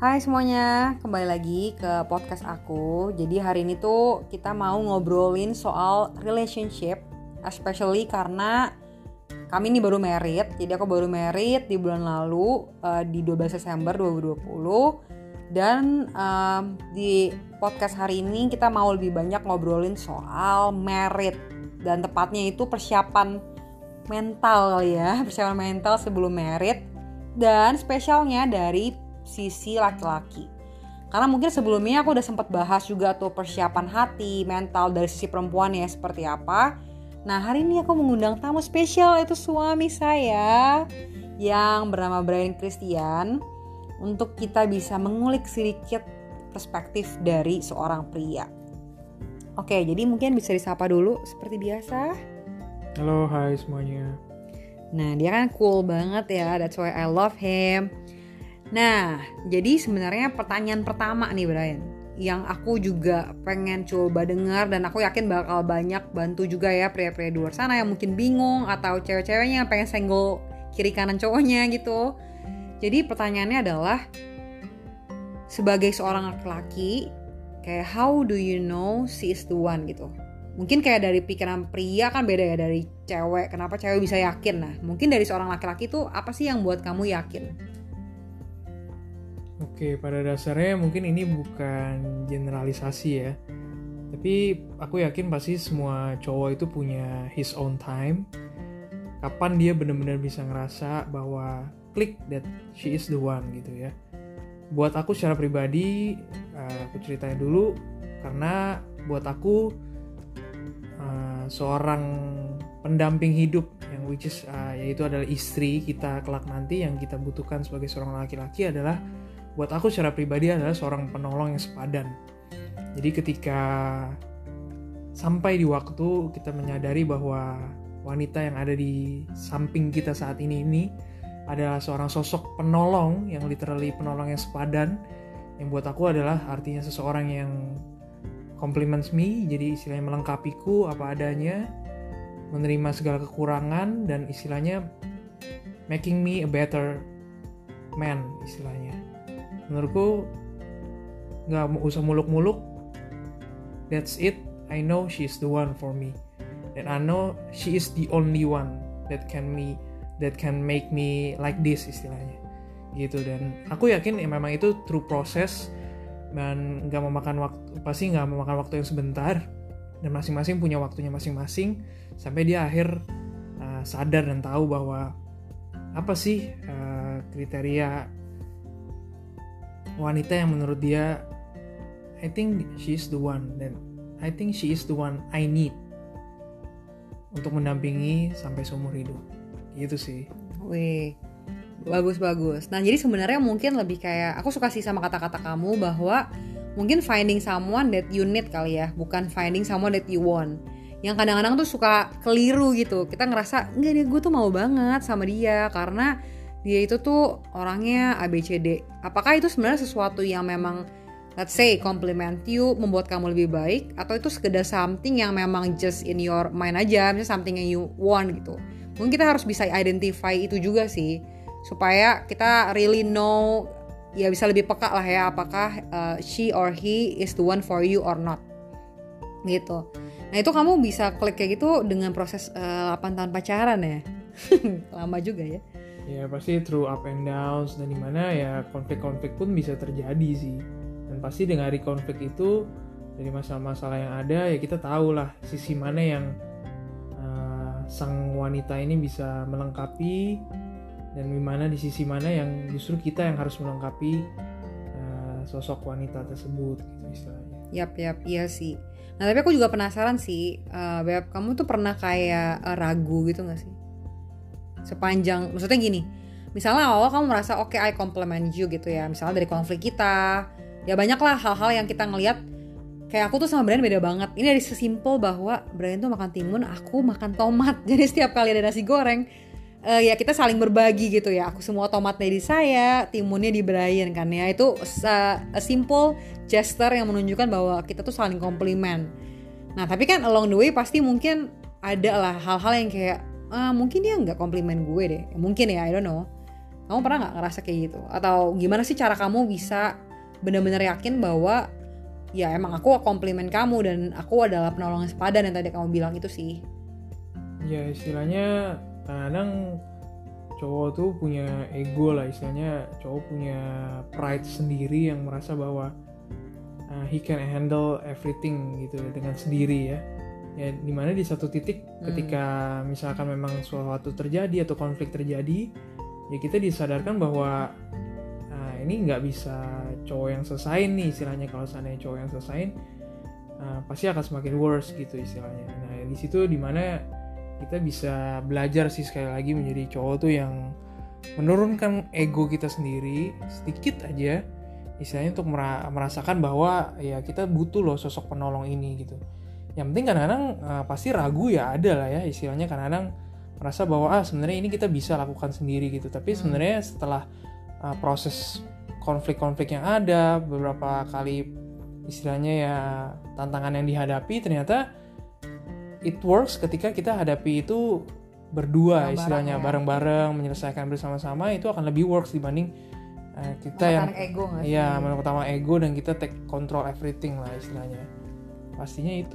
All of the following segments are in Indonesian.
Hai semuanya, kembali lagi ke podcast aku. Jadi hari ini tuh kita mau ngobrolin soal relationship, especially karena kami ini baru married. Jadi aku baru married di bulan lalu, di 12 Desember 2020. Dan di podcast hari ini kita mau lebih banyak ngobrolin soal married. Dan tepatnya itu persiapan mental kali ya, persiapan mental sebelum married. Dan spesialnya dari sisi laki-laki. Karena mungkin sebelumnya aku udah sempat bahas juga tuh persiapan hati, mental dari sisi perempuan ya seperti apa. Nah hari ini aku mengundang tamu spesial, itu suami saya yang bernama Brian Christian, untuk kita bisa mengulik sedikit perspektif dari seorang pria. Oke, jadi mungkin bisa disapa dulu seperti biasa. Halo, hai semuanya. Nah dia kan cool banget ya, that's why I love him. Nah, jadi sebenarnya pertanyaan pertama nih Brian, yang aku juga pengen coba dengar dan aku yakin bakal banyak bantu juga ya pria-pria di luar sana yang mungkin bingung atau cewek-ceweknya yang pengen senggol kiri kanan cowoknya gitu. Jadi pertanyaannya adalah, sebagai seorang laki-laki, kayak how do you know she is the one gitu? Mungkin kayak dari pikiran pria kan beda ya dari cewek, kenapa cewek bisa yakin? Nah, mungkin dari seorang laki-laki tuh apa sih yang buat kamu yakin? Oke, pada dasarnya mungkin ini bukan generalisasi ya. Tapi aku yakin pasti semua cowok itu punya his own time. Kapan dia benar-benar bisa ngerasa bahwa click that she is the one gitu ya. Buat aku secara pribadi, aku ceritain dulu. Karena buat aku, seorang pendamping hidup yang which is yaitu adalah istri kita kelak nanti, yang kita butuhkan sebagai seorang laki-laki adalah, buat aku secara pribadi adalah seorang penolong yang sepadan. Jadi ketika sampai di waktu kita menyadari bahwa wanita yang ada di samping kita saat ini adalah seorang sosok penolong, yang literally penolong yang sepadan, yang buat aku adalah artinya seseorang yang compliments me, jadi istilahnya melengkapiku apa adanya, menerima segala kekurangan, dan istilahnya making me a better man istilahnya. Menurutku gak usah muluk-muluk, that's it, I know she's the one for me, and I know she is the only one that can make me like this istilahnya gitu. Dan aku yakin ya memang itu true process dan pasti gak memakan waktu yang sebentar, dan masing-masing punya waktunya masing-masing sampai dia akhir sadar dan tahu bahwa apa sih kriteria wanita yang menurut dia I think she is the one, dan I think she is the one I need untuk mendampingi sampai seumur hidup gitu sih. Wih, bagus. Nah jadi sebenarnya mungkin lebih kayak, aku suka sih sama kata-kata kamu bahwa mungkin finding someone that you need kali ya, bukan finding someone that you want. Yang kadang-kadang tuh suka keliru gitu, kita ngerasa enggak deh, gue tuh mau banget sama dia karena dia itu tuh orangnya ABCD. Apakah itu sebenarnya sesuatu yang memang, let's say, compliment you, membuat kamu lebih baik, atau itu sekedar something yang memang just in your mind aja, misalnya something yang you want gitu. Mungkin kita harus bisa identify itu juga sih, supaya kita really know, ya bisa lebih peka lah ya, apakah she or he is the one for you or not gitu. Nah itu kamu bisa klik kayak gitu dengan proses 8 tahun pacaran ya. Lama juga ya. Ya pasti through up and downs, dan dimana ya konflik-konflik pun bisa terjadi sih. Dan pasti dari konflik itu, dari masalah-masalah yang ada, ya kita tahu lah sisi mana yang sang wanita ini bisa melengkapi, dan dimana di sisi mana yang justru kita yang harus melengkapi sosok wanita tersebut gitu istilahnya. Yap, iya sih. Nah tapi aku juga penasaran sih, Beb, kamu tuh pernah kayak ragu gitu gak sih? Sepanjang, maksudnya gini, misalnya awal kamu merasa oke, I compliment you gitu ya, misalnya dari konflik kita, ya banyak lah hal-hal yang kita ngelihat kayak aku tuh sama Brian beda banget. Ini dari sesimpel bahwa Brian tuh makan timun, aku makan tomat. Jadi setiap kali ada nasi goreng, ya kita saling berbagi gitu ya. Aku semua tomatnya di saya, timunnya di Brian kan ya. Itu a simple gesture yang menunjukkan bahwa kita tuh saling komplimen. Nah tapi kan along the way pasti mungkin ada lah hal-hal yang kayak mungkin dia nggak komplimen gue deh, mungkin ya, I don't know. Kamu pernah nggak ngerasa kayak gitu? Atau gimana sih cara kamu bisa benar-benar yakin bahwa ya emang aku komplimen kamu dan aku adalah penolong yang sepadan yang tadi kamu bilang itu sih? Ya istilahnya kadang cowok tuh punya ego lah, istilahnya cowok punya pride sendiri yang merasa bahwa he can handle everything gitu dengan sendiri ya. Ya dimana di satu titik ketika misalkan memang suatu terjadi atau konflik terjadi, ya kita disadarkan bahwa ini nggak bisa cowok yang selesain nih istilahnya. Kalau seandainya cowok yang selesain pasti akan semakin worse gitu istilahnya. Nah di situ dimana kita bisa belajar sih sekali lagi menjadi cowok tuh yang menurunkan ego kita sendiri sedikit aja istilahnya untuk merasakan bahwa ya kita butuh loh sosok penolong ini gitu. Yang penting kadang-kadang pasti ragu ya ada lah ya istilahnya, kadang-kadang merasa bahwa sebenarnya ini kita bisa lakukan sendiri gitu. Tapi sebenarnya setelah proses konflik-konflik yang ada, beberapa kali istilahnya ya tantangan yang dihadapi, ternyata it works ketika kita hadapi itu berdua istilahnya, bareng-bareng menyelesaikan bersama-sama, itu akan lebih works dibanding kita yang ego nggak sih? Ya utama ego dan kita take control everything lah istilahnya. Pastinya itu.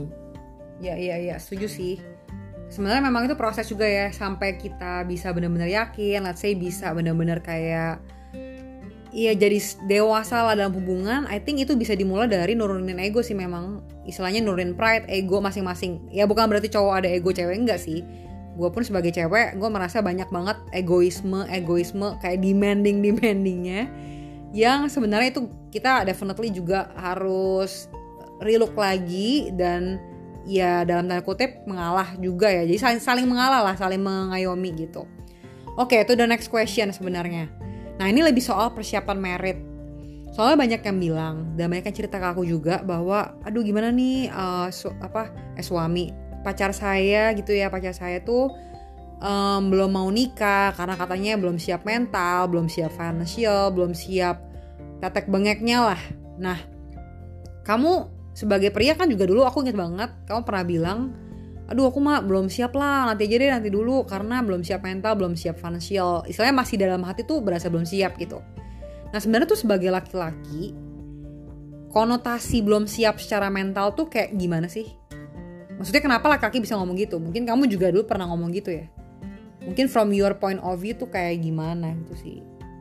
Iya, setuju sih. Sebenarnya memang itu proses juga ya sampai kita bisa benar-benar yakin, let's say bisa benar-benar kayak jadi dewasa lah dalam hubungan. I think itu bisa dimulai dari nurunin ego sih, memang istilahnya nurunin pride, ego masing-masing. Ya bukan berarti cowok ada ego, cewek enggak sih. Gue pun sebagai cewek, gue merasa banyak banget egoisme kayak demandingnya, yang sebenarnya itu kita definitely juga harus relook lagi dan ya dalam tanda kutip mengalah juga ya. Jadi saling mengalah lah, saling mengayomi gitu. Oke, itu the next question sebenarnya. Nah ini lebih soal persiapan merit. Soalnya banyak yang bilang dan banyak yang cerita ke aku juga bahwa aduh gimana nih suami pacar saya gitu ya, pacar saya tuh belum mau nikah karena katanya belum siap mental, belum siap financial, belum siap tetek bengeknya lah. Nah kamu sebagai pria kan juga dulu aku ingat banget kamu pernah bilang, aduh aku mah belum siap lah, nanti aja deh, nanti dulu karena belum siap mental, belum siap financial. Istilahnya masih dalam hati tuh berasa belum siap gitu. Nah sebenarnya tuh sebagai laki-laki konotasi belum siap secara mental tuh kayak gimana sih? Maksudnya kenapa laki-laki bisa ngomong gitu? Mungkin kamu juga dulu pernah ngomong gitu ya. Mungkin from your point of view tuh kayak gimana gitu sih.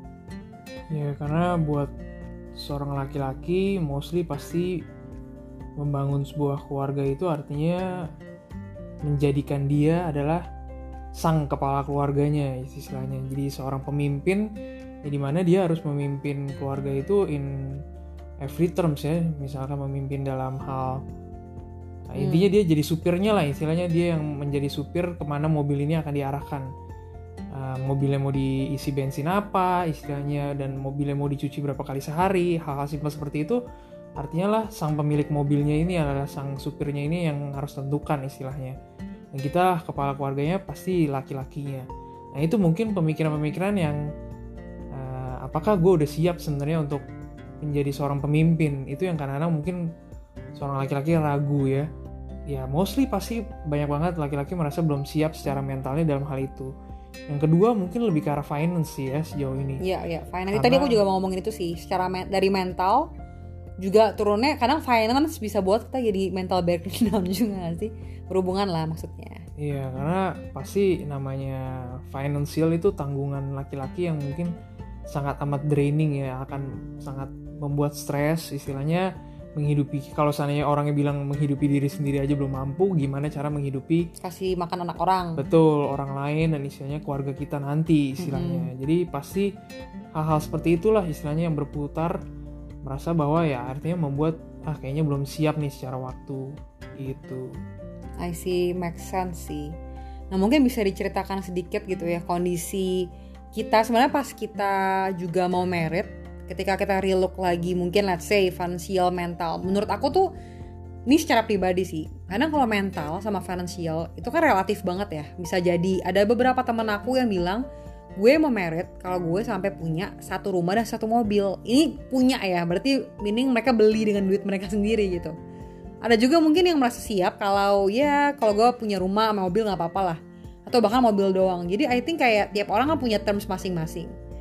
Ya karena buat seorang laki-laki mostly pasti membangun sebuah keluarga itu artinya menjadikan dia adalah sang kepala keluarganya istilahnya. Jadi seorang pemimpin ya dimana dia harus memimpin keluarga itu in every terms ya. Misalkan memimpin dalam hal intinya dia jadi supirnya lah istilahnya, dia yang menjadi supir kemana mobil ini akan diarahkan. Mobilnya mau diisi bensin apa istilahnya, dan mobilnya mau dicuci berapa kali sehari, hal-hal simpel seperti itu. Artinya lah sang pemilik mobilnya ini adalah sang supirnya ini yang harus tentukan istilahnya. Dan kita kepala keluarganya pasti laki-lakinya. Nah itu mungkin pemikiran-pemikiran yang apakah gue udah siap sebenarnya untuk menjadi seorang pemimpin, itu yang kadang-kadang mungkin seorang laki-laki ragu ya. Ya mostly pasti banyak banget laki-laki merasa belum siap secara mentalnya dalam hal itu. Yang kedua mungkin lebih ke arah finance sih ya sejauh ini. Iya, finance. Tadi aku juga mau ngomongin itu sih, secara dari mental juga turunnya kadang finance bisa buat kita jadi mental breakdown juga gak sih? Berhubungan lah maksudnya. Iya, karena pasti namanya financial itu tanggungan laki-laki yang mungkin sangat amat draining ya, akan sangat membuat stres istilahnya. Menghidupi, kalau seandainya orangnya bilang menghidupi diri sendiri aja belum mampu, gimana cara menghidupi kasih makan anak orang, betul, orang lain dan istilahnya keluarga kita nanti istilahnya. Jadi pasti hal-hal seperti itulah istilahnya yang berputar, merasa bahwa ya artinya membuat kayaknya belum siap nih secara waktu gitu. I see, make sense sih. Nah mungkin bisa diceritakan sedikit gitu ya kondisi kita sebenarnya pas kita juga mau married, ketika kita relook lagi mungkin let's say financial, mental. Menurut aku tuh ini secara pribadi sih, karena kalau mental sama financial itu kan relatif banget ya. Bisa jadi ada beberapa teman aku yang bilang gue mau married kalau gue sampai punya satu rumah dan satu mobil. Ini punya ya, berarti meaning mereka beli dengan duit mereka sendiri gitu. Ada juga mungkin yang merasa siap kalau gue punya rumah sama mobil gak apa-apa lah, atau bahkan mobil doang. Jadi I think kayak tiap orang kan punya terms masing-masing.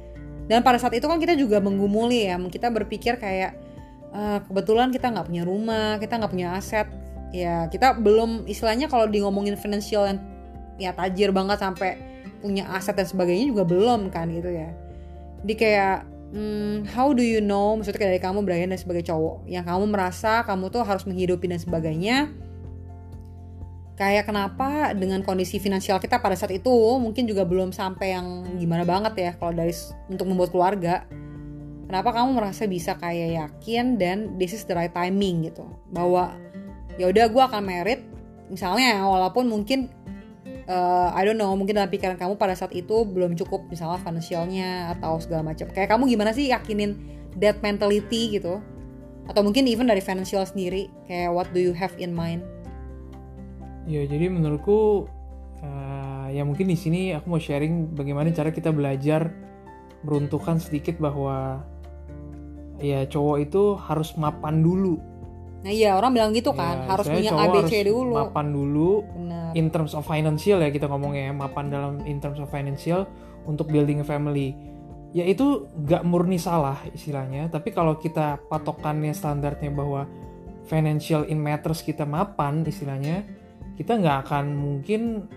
Dan pada saat itu kan kita juga menggumuli ya, kita berpikir kayak kebetulan kita nggak punya rumah, kita nggak punya aset, ya kita belum istilahnya kalau di ngomongin finansial yang ya tajir banget sampai punya aset dan sebagainya juga belum kan gitu ya. Jadi kayak how do you know, maksudnya dari kamu Brian dan sebagai cowok yang kamu merasa kamu tuh harus menghidupi dan sebagainya, kayak kenapa dengan kondisi finansial kita pada saat itu mungkin juga belum sampai yang gimana banget ya kalau dari untuk membuat keluarga. Kenapa kamu merasa bisa kayak yakin dan this is the right timing gitu, bahwa ya udah gue akan married misalnya, walaupun mungkin I don't know, mungkin dalam pikiran kamu pada saat itu belum cukup misalnya finansialnya atau segala macam. Kayak kamu gimana sih yakinin that mentality gitu, atau mungkin even dari financial sendiri, kayak what do you have in mind? Ya, jadi menurutku ya mungkin di sini aku mau sharing bagaimana cara kita belajar meruntuhkan sedikit bahwa ya cowok itu harus mapan dulu. Nah iya, orang bilang gitu kan, Ya, harus punya cowok ABC harus dulu. Mapan dulu. Benar. In terms of financial ya kita ngomongnya, mapan dalam in terms of financial untuk building a family. Ya itu gak murni salah istilahnya, tapi kalau kita patokannya standarnya bahwa financial in matters kita mapan istilahnya, kita nggak akan mungkin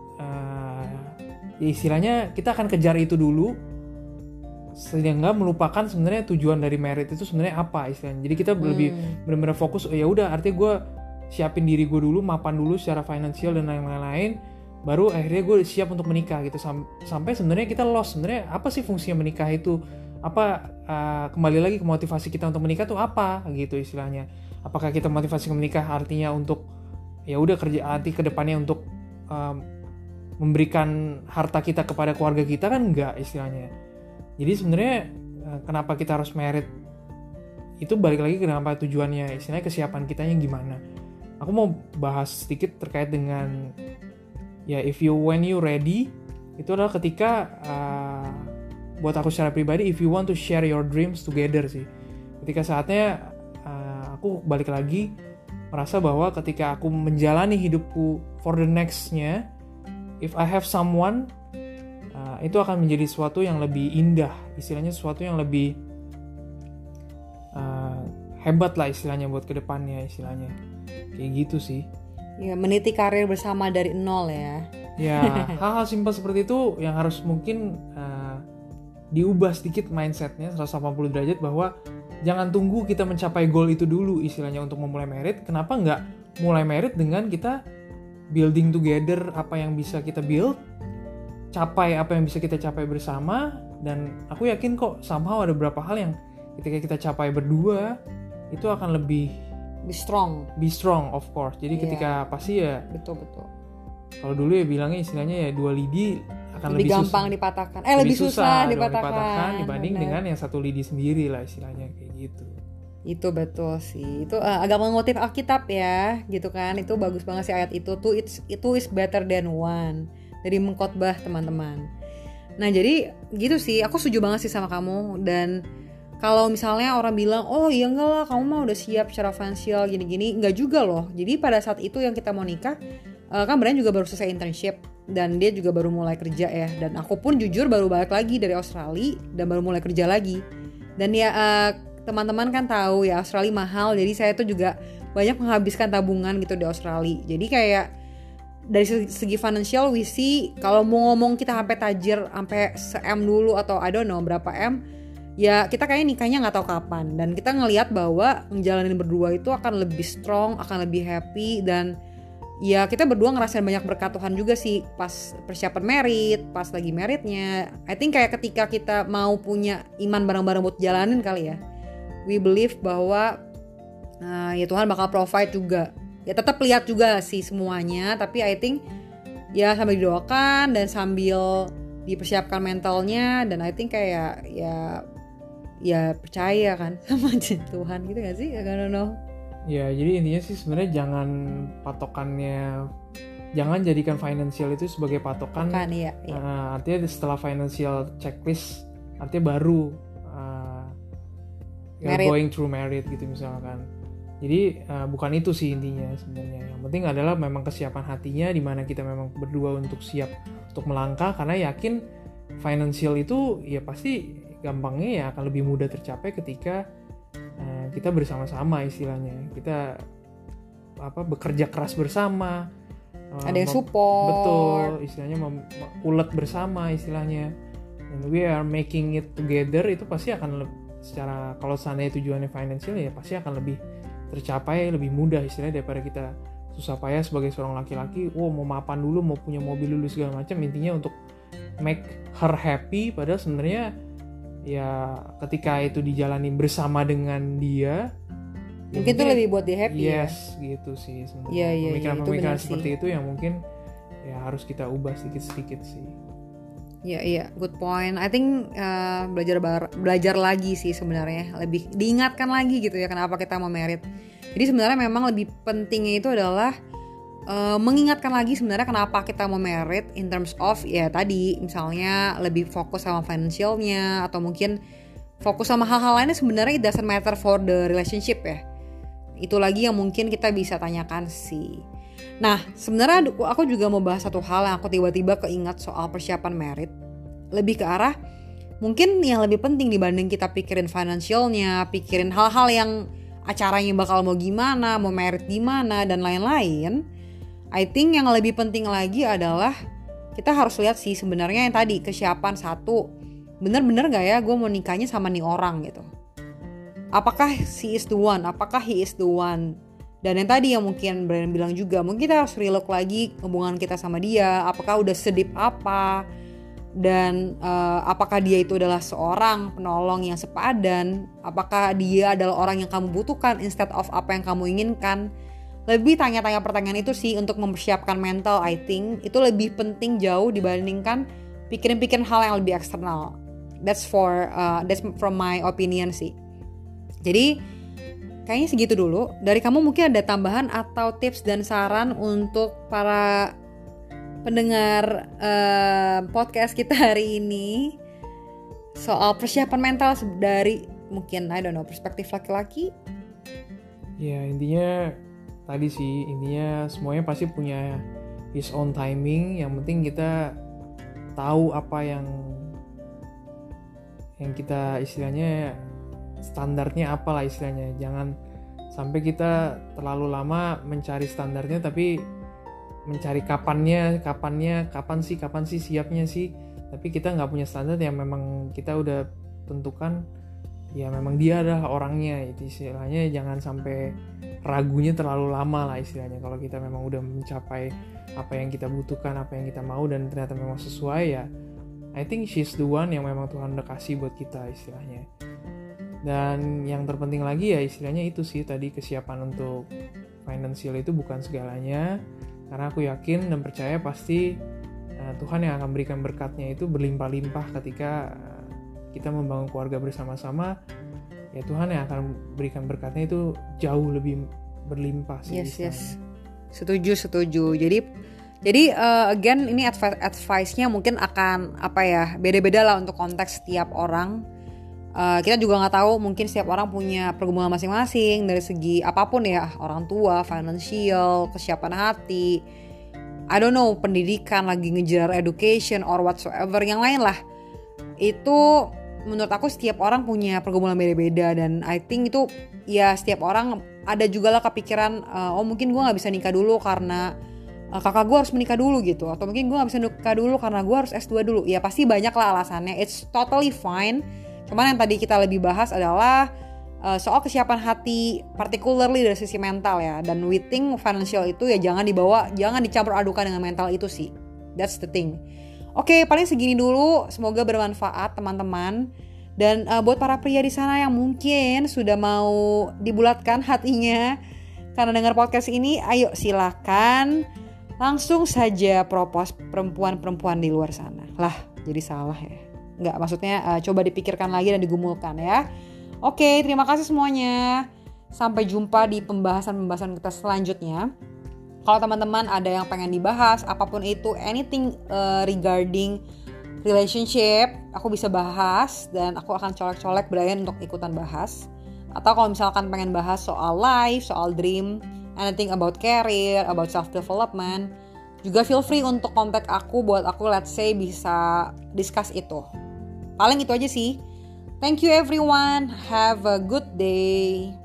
ya istilahnya kita akan kejar itu dulu sehingga melupakan sebenarnya tujuan dari merit itu sebenarnya apa istilahnya. Jadi kita lebih benar-benar fokus, ya udah artinya gue siapin diri gue dulu, mapan dulu secara finansial dan lain-lain, baru akhirnya gue siap untuk menikah gitu. Sampai sebenarnya kita lost sebenarnya apa sih fungsinya menikah itu, apa kembali lagi ke motivasi kita untuk menikah tuh apa gitu istilahnya. Apakah kita motivasi ke menikah artinya untuk ya udah kerja arti kedepannya untuk memberikan harta kita kepada keluarga kita, kan enggak istilahnya. Jadi sebenarnya kenapa kita harus married itu balik lagi kenapa tujuannya, istilahnya kesiapan kitanya gimana. Aku mau bahas sedikit terkait dengan ya when you ready, itu adalah ketika buat aku secara pribadi, if you want to share your dreams together sih. Ketika saatnya aku balik lagi merasa bahwa ketika aku menjalani hidupku for the next-nya, if I have someone, itu akan menjadi sesuatu yang lebih indah, istilahnya sesuatu yang lebih hebat lah istilahnya buat kedepannya istilahnya. Kayak gitu sih. Ya, meniti karir bersama dari nol ya. Ya, hal-hal simpel seperti itu yang harus mungkin diubah sedikit mindsetnya 180 derajat, bahwa jangan tunggu kita mencapai goal itu dulu istilahnya untuk memulai merit. Kenapa nggak mulai merit dengan kita building together apa yang bisa kita build, capai apa yang bisa kita capai bersama. Dan aku yakin kok somehow ada beberapa hal yang ketika kita capai berdua itu akan lebih be strong of course. Jadi ketika pasti ya betul kalau dulu ya bilangnya istilahnya ya dua lidi akan lebih gampang susah, dipatahkan, lebih susah dipatahkan dibanding dengan yang satu lidi sendiri lah istilahnya kayak gitu. Itu betul sih, itu agak mengutip Alkitab ya gitu kan. Itu bagus banget sih ayat itu tuh, itu is better than one, dari Mengkhotbah teman-teman. Nah jadi gitu sih, aku setuju banget sih sama kamu. Dan kalau misalnya orang bilang, oh iya enggak lah kamu mah udah siap secara finansial gini-gini, enggak juga loh. Jadi pada saat itu yang kita mau nikah, kan Brian juga baru selesai internship dan dia juga baru mulai kerja ya. Dan aku pun jujur baru balik lagi dari Australia dan baru mulai kerja lagi. Dan ya teman-teman kan tahu ya Australia mahal, jadi saya tuh juga banyak menghabiskan tabungan gitu di Australia. Jadi kayak dari segi financial we see, kalau mau ngomong kita sampai tajir sampai se-M dulu atau I don't know berapa M, ya kita kayaknya nikahnya nggak tahu kapan. Dan kita ngelihat bahwa menjalani berdua itu akan lebih strong, akan lebih happy. Dan ya kita berdua ngerasain banyak berkat Tuhan juga sih pas persiapan merit, pas lagi meritnya. I think kayak ketika kita mau punya iman bareng-bareng buat jalanin kali ya, we believe bahwa ya Tuhan bakal provide juga. Ya tetap lihat juga sih semuanya, tapi I think ya sambil didoakan dan sambil dipersiapkan mentalnya. Dan I think kayak ya percaya kan sama Tuhan gitu gak sih? I don't know. Ya jadi intinya sih sebenarnya jangan patokannya, jangan jadikan financial itu sebagai patokan. Iya. Artinya setelah financial checklist, artinya baru going through merit gitu misalkan. Jadi bukan itu sih intinya sebenarnya. Yang penting adalah memang kesiapan hatinya, di mana kita memang berdua untuk siap untuk melangkah, karena yakin financial itu ya pasti gampangnya ya akan lebih mudah tercapai ketika kita bersama-sama istilahnya. Kita bekerja keras bersama. Ada yang support. Betul, istilahnya ulet bersama istilahnya. And we are making it together, itu pasti akan secara, kalau seandainya tujuannya financial ya pasti akan lebih tercapai, lebih mudah istilahnya daripada kita susah payah sebagai seorang laki-laki. Mau mapan dulu, mau punya mobil dulu segala macam, intinya untuk make her happy. Padahal sebenarnya ya ketika itu dijalani bersama dengan dia, mungkin itu lebih buat dia happy. Yes, gitu sih sebenarnya. Pemikiran-pemikiran seperti itu yang mungkin ya harus kita ubah sedikit-sedikit sih. Iya, good point. I think belajar lagi sih sebenarnya, lebih diingatkan lagi gitu ya kenapa kita mau merit. Jadi sebenarnya memang lebih pentingnya itu adalah mengingatkan lagi sebenarnya kenapa kita mau merit, in terms of ya tadi misalnya lebih fokus sama financialnya, atau mungkin fokus sama hal-hal lainnya. Sebenarnya it doesn't matter for the relationship ya. Itu lagi yang mungkin kita bisa tanyakan sih. Nah, sebenarnya aku juga mau bahas satu hal yang aku tiba-tiba keingat soal persiapan merit. Lebih ke arah mungkin yang lebih penting dibanding kita pikirin financialnya, pikirin hal-hal yang acaranya bakal mau gimana, mau merit gimana, dan lain-lain. I think yang lebih penting lagi adalah kita harus lihat sih sebenarnya yang tadi, kesiapan satu. Bener-bener gak ya gue mau nikahnya sama nih orang gitu. Apakah she is the one, apakah he is the one. Dan yang tadi yang mungkin Brian bilang juga, mungkin kita harus relook lagi hubungan kita sama dia. Apakah udah sedip apa, dan apakah dia itu adalah seorang penolong yang sepadan. Apakah dia adalah orang yang kamu butuhkan instead of apa yang kamu inginkan. Lebih tanya-tanya pertanyaan itu sih untuk mempersiapkan mental. I think itu lebih penting jauh dibandingkan pikirin-pikirin hal yang lebih eksternal. That's from my opinion sih. Jadi kayaknya segitu dulu. Dari kamu mungkin ada tambahan atau tips dan saran untuk para pendengar podcast kita hari ini soal persiapan mental dari mungkin perspektif laki-laki? Ya intinya tadi sih, intinya semuanya pasti punya his own timing. Yang penting kita tahu apa yang kita istilahnya standarnya apalah istilahnya. Jangan sampai kita terlalu lama mencari standarnya tapi mencari kapan sih siapnya sih, tapi kita nggak punya standar yang memang kita udah tentukan. Ya memang dia adalah orangnya, itu istilahnya. Jangan sampai ragunya terlalu lama lah istilahnya. Kalau kita memang udah mencapai apa yang kita butuhkan, apa yang kita mau, dan ternyata memang sesuai, ya I think she's the one yang memang Tuhan udah kasih buat kita istilahnya. Dan yang terpenting lagi ya istilahnya itu sih tadi, kesiapan untuk financial itu bukan segalanya. Karena aku yakin dan percaya pasti Tuhan yang akan berikan berkatnya itu berlimpah-limpah ketika kita membangun keluarga bersama-sama. Ya Tuhan yang akan berikan berkatnya itu jauh lebih berlimpah sih. Yes. Setuju. Jadi again ini advice-nya mungkin akan beda-beda lah untuk konteks setiap orang. Kita juga nggak tahu, mungkin setiap orang punya pergumulan masing-masing dari segi apapun ya, orang tua, financial, kesiapan hati, I don't know, pendidikan, lagi ngejar education or whatsoever yang lain lah. Itu menurut aku setiap orang punya pergumulan beda-beda, dan I think itu ya setiap orang ada juga lah kepikiran mungkin gue nggak bisa nikah dulu karena kakak gue harus menikah dulu gitu, atau mungkin gue nggak bisa nikah dulu karena gue harus S2 dulu. Ya pasti banyak lah alasannya, it's totally fine. Cuman yang tadi kita lebih bahas adalah soal kesiapan hati, particularly dari sisi mental ya. Dan we think financial itu ya jangan dicampur adukan dengan mental itu sih. That's the thing. Oke, paling segini dulu. Semoga bermanfaat teman-teman. Dan buat para pria di sana yang mungkin sudah mau dibulatkan hatinya karena dengar podcast ini, ayo silakan langsung saja propose perempuan-perempuan di luar sana. Lah, jadi salah ya. Enggak, maksudnya coba dipikirkan lagi dan digumulkan ya. Oke, terima kasih semuanya. Sampai jumpa di pembahasan-pembahasan kita selanjutnya. Kalau teman-teman ada yang pengen dibahas, apapun itu, anything regarding relationship, aku bisa bahas dan aku akan colek-colek Brian untuk ikutan bahas. Atau kalau misalkan pengen bahas soal life, soal dream, anything about career, about self-development, juga feel free untuk kontak aku buat aku let's say bisa discuss itu. Paling itu aja sih. Thank you everyone. Have a good day.